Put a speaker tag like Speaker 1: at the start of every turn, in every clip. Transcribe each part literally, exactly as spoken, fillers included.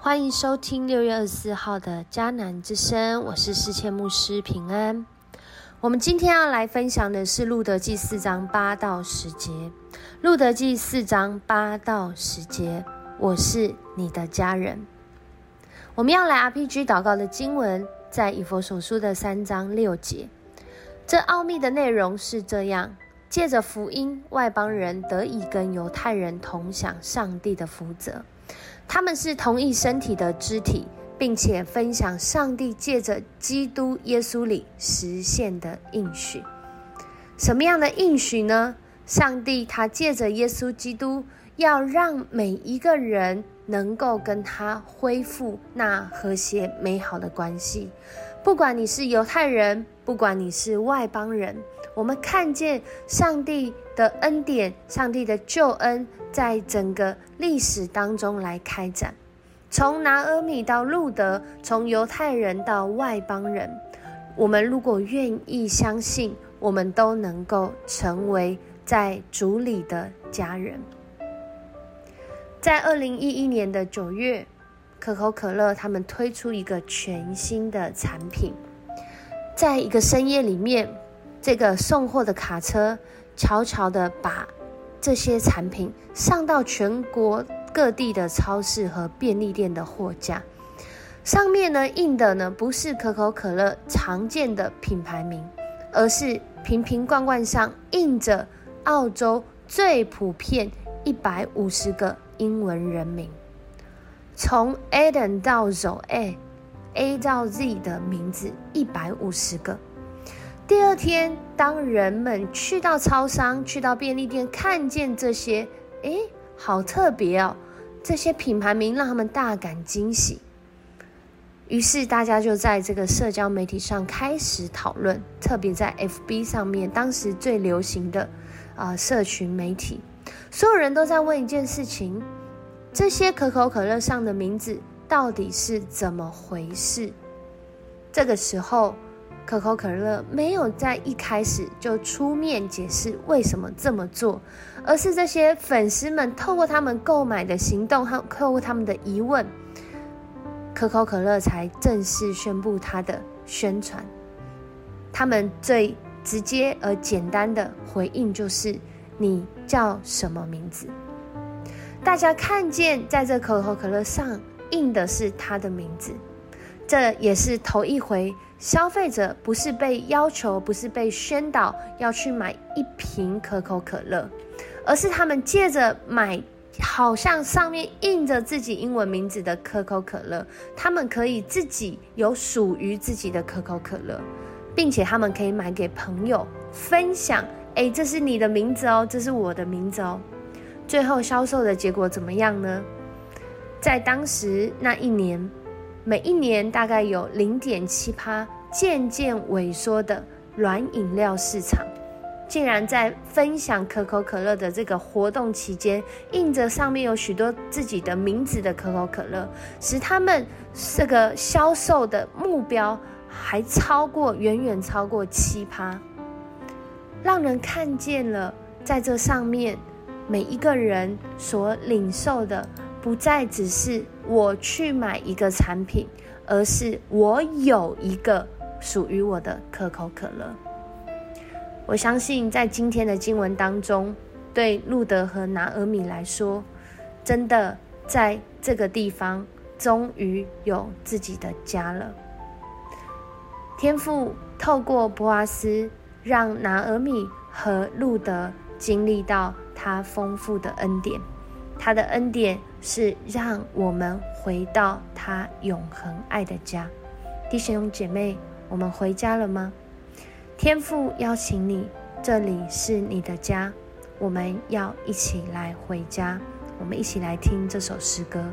Speaker 1: 欢迎收听六月二十四号的迦南之声，我是世谦牧师平安。我们今天要来分享的是路得记四章八到十节。路得记四章八到十节，我是你的家人。我们要来 R P G 祷告的经文在以弗所书的三章六节。这奥秘的内容是这样：借着福音，外邦人得以跟犹太人同享上帝的福泽。他们是同一身体的肢体，并且分享上帝借着基督耶稣里实现的应许。什么样的应许呢？上帝他借着耶稣基督，要让每一个人能够跟他恢复那和谐美好的关系。不管你是犹太人，不管你是外邦人，我们看见上帝的恩典，上帝的救恩在整个历史当中来开展，从拿俄米到路得，从犹太人到外邦人，我们如果愿意相信，我们都能够成为在主里的家人。在二零一一年的九月，可口可乐他们推出一个全新的产品，在一个深夜里面，这个送货的卡车悄悄地把这些产品上到全国各地的超市和便利店的货架，上面呢印的呢不是可口可乐常见的品牌名，而是瓶瓶罐罐上印着澳洲最普遍一百五十个英文人名，从 Adam 到 Zoe A 到 Z 的名字一百五十个。第二天，当人们去到超商，去到便利店，看见这些，诶，好特别哦，这些品牌名让他们大感惊喜。于是大家就在这个社交媒体上开始讨论，特别在 F B 上面，当时最流行的、呃、社群媒体，所有人都在问一件事情：这些可口可乐上的名字到底是怎么回事？这个时候，可口可乐没有在一开始就出面解释为什么这么做，而是这些粉丝们透过他们购买的行动和透过他们的疑问，可口可乐才正式宣布它的宣传。他们最直接而简单的回应就是：你叫什么名字？大家看见在这可口可乐上印的是他的名字，这也是头一回消费者不是被要求，不是被宣导要去买一瓶可口可乐，而是他们借着买好像上面印着自己英文名字的可口可乐，他们可以自己有属于自己的可口可乐，并且他们可以买给朋友分享，诶，这是你的名字哦，这是我的名字哦。最后销售的结果怎么样呢？在当时那一年，每一年大概有 百分之零点七 渐渐萎缩的软饮料市场，竟然在分享可口可乐的这个活动期间，印着上面有许多自己的名字的可口可乐，使他们这个销售的目标还超过，远远超过 百分之七， 让人看见了在这上面每一个人所领受的不再只是我去买一个产品，而是我有一个属于我的可口可乐。我相信在今天的经文当中，对路得和拿俄米来说，真的在这个地方终于有自己的家了。天父透过波阿斯，让拿俄米和路得经历到他丰富的恩典，他的恩典是让我们回到他永恒爱的家。弟兄姐妹，我们回家了吗？天父邀请你，这里是你的家，我们要一起来回家。我们一起来听这首诗歌。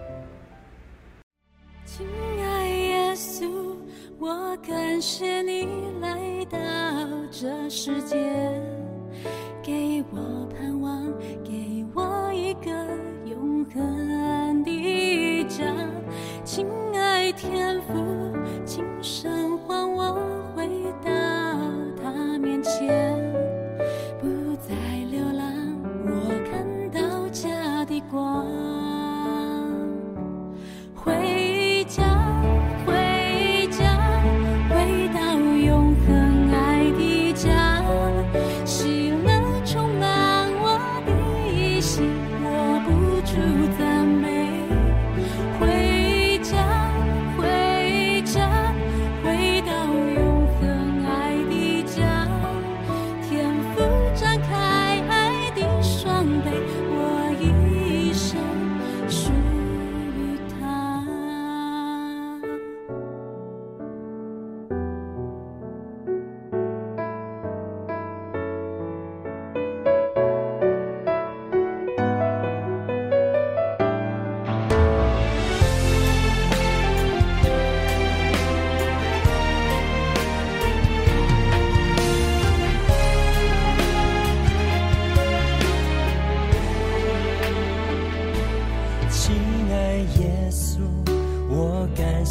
Speaker 2: 亲爱耶稣，我感谢你来到这世界，给我盼望，给我一个永恒的家。亲爱天父，今生还我回到他面前，不再流浪，我看到家的光。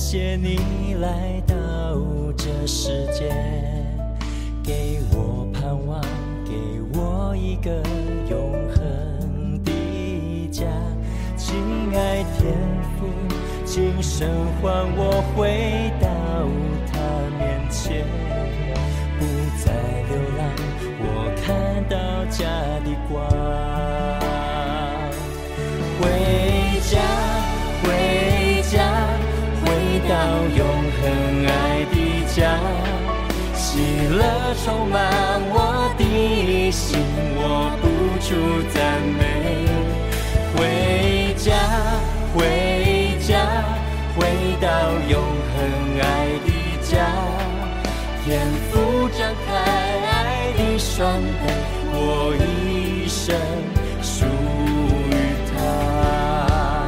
Speaker 3: 谢你来到这世界，给我盼望，给我一个永恒的家。亲爱天父，请神唤我回到他面前，不再流浪，我看到家的光。回家，回家，回到永恒爱的家，喜乐充满我的心，我不住赞美。回家，回家，回到永恒爱的家，天父张开爱的双臂，我一生属于他。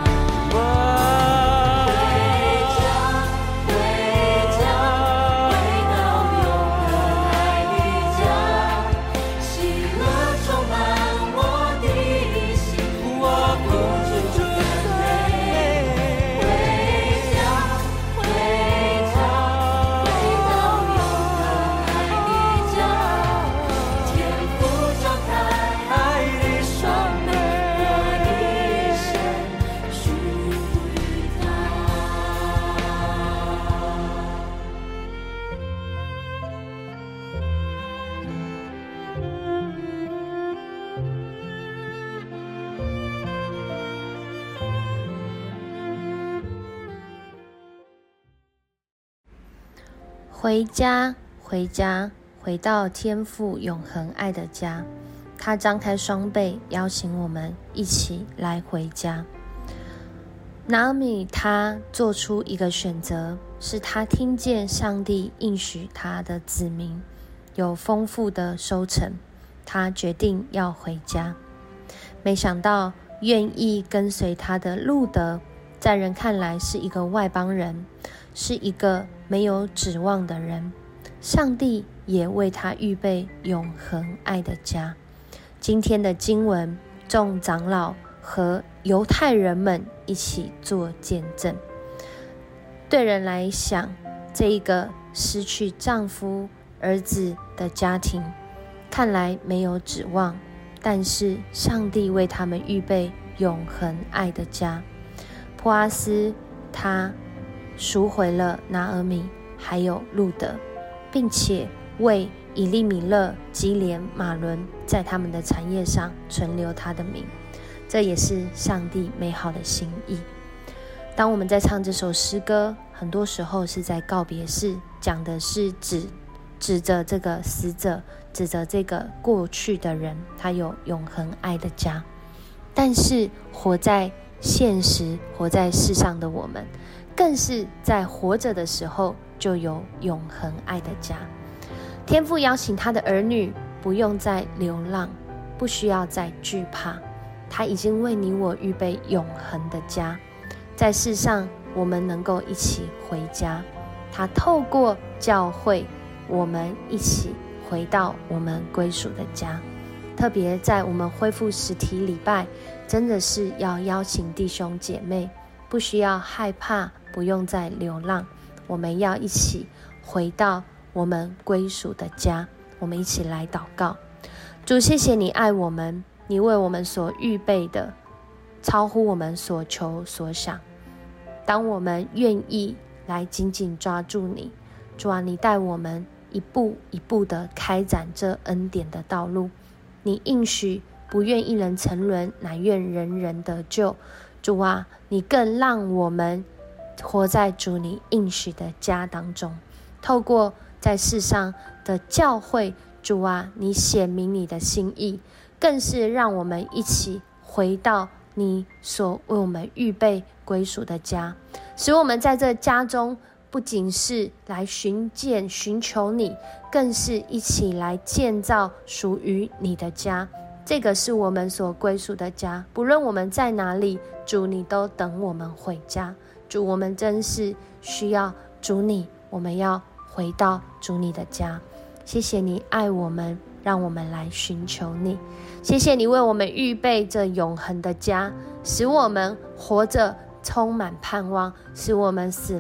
Speaker 1: 回家，回家，回到天父永恒爱的家。他张开双臂，邀请我们一起来回家。拿俄米他做出一个选择，是他听见上帝应许他的子民有丰富的收成，他决定要回家。没想到愿意跟随他的路得，在人看来是一个外邦人，是一个没有指望的人，上帝也为他预备永恒爱的家。今天的经文，众长老和犹太人们一起做见证。对人来想，这一个失去丈夫、儿子的家庭，看来没有指望，但是上帝为他们预备永恒爱的家。波阿斯他赎回了拿俄米还有路得，并且为以利米勒、基连、马伦在他们的产业上存留他的名，这也是上帝美好的心意。当我们在唱这首诗歌，很多时候是在告别式，讲的是指指着这个死者，指着这个过去的人，他有永恒爱的家。但是活在现实、活在世上的我们，更是在活着的时候就有永恒爱的家。天父邀请他的儿女不用再流浪，不需要再惧怕，他已经为你我预备永恒的家。在世上我们能够一起回家，他透过教会我们一起回到我们归属的家。特别在我们恢复实体礼拜，真的是要邀请弟兄姐妹，不需要害怕，不用再流浪，我们要一起回到我们归属的家。我们一起来祷告。主，谢谢你爱我们，你为我们所预备的超乎我们所求所想。当我们愿意来紧紧抓住你，主啊，你带我们一步一步的开展这恩典的道路。你应许不愿一人沉沦，乃愿人人得救。主啊，你更让我们活在主你应许的家当中，透过在世上的教会，主啊，你显明你的心意，更是让我们一起回到你所为我们预备归属的家，使我们在这家中不仅是来寻见寻求你，更是一起来建造属于你的家。这个是我们所归属的家，不论我们在哪里，主你都等我们回家。主，我们真是需要主你，我们要回到主你的家。谢谢你爱我们，让我们来寻求你。谢谢你为我们预备这永恒的家，使我们活着充满盼望，使我们死了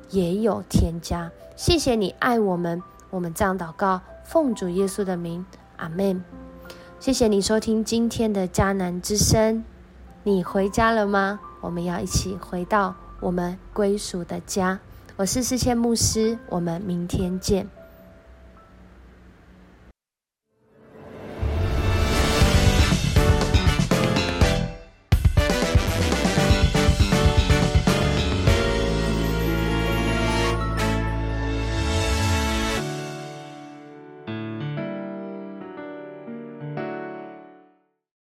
Speaker 1: 也有添加。谢谢你爱我们，我们这样祷告，奉主耶稣的名，阿们。谢谢你收听今天的迦南之声。你回家了吗？我们要一起回到我们归属的家。我是世谦牧师，我们明天见。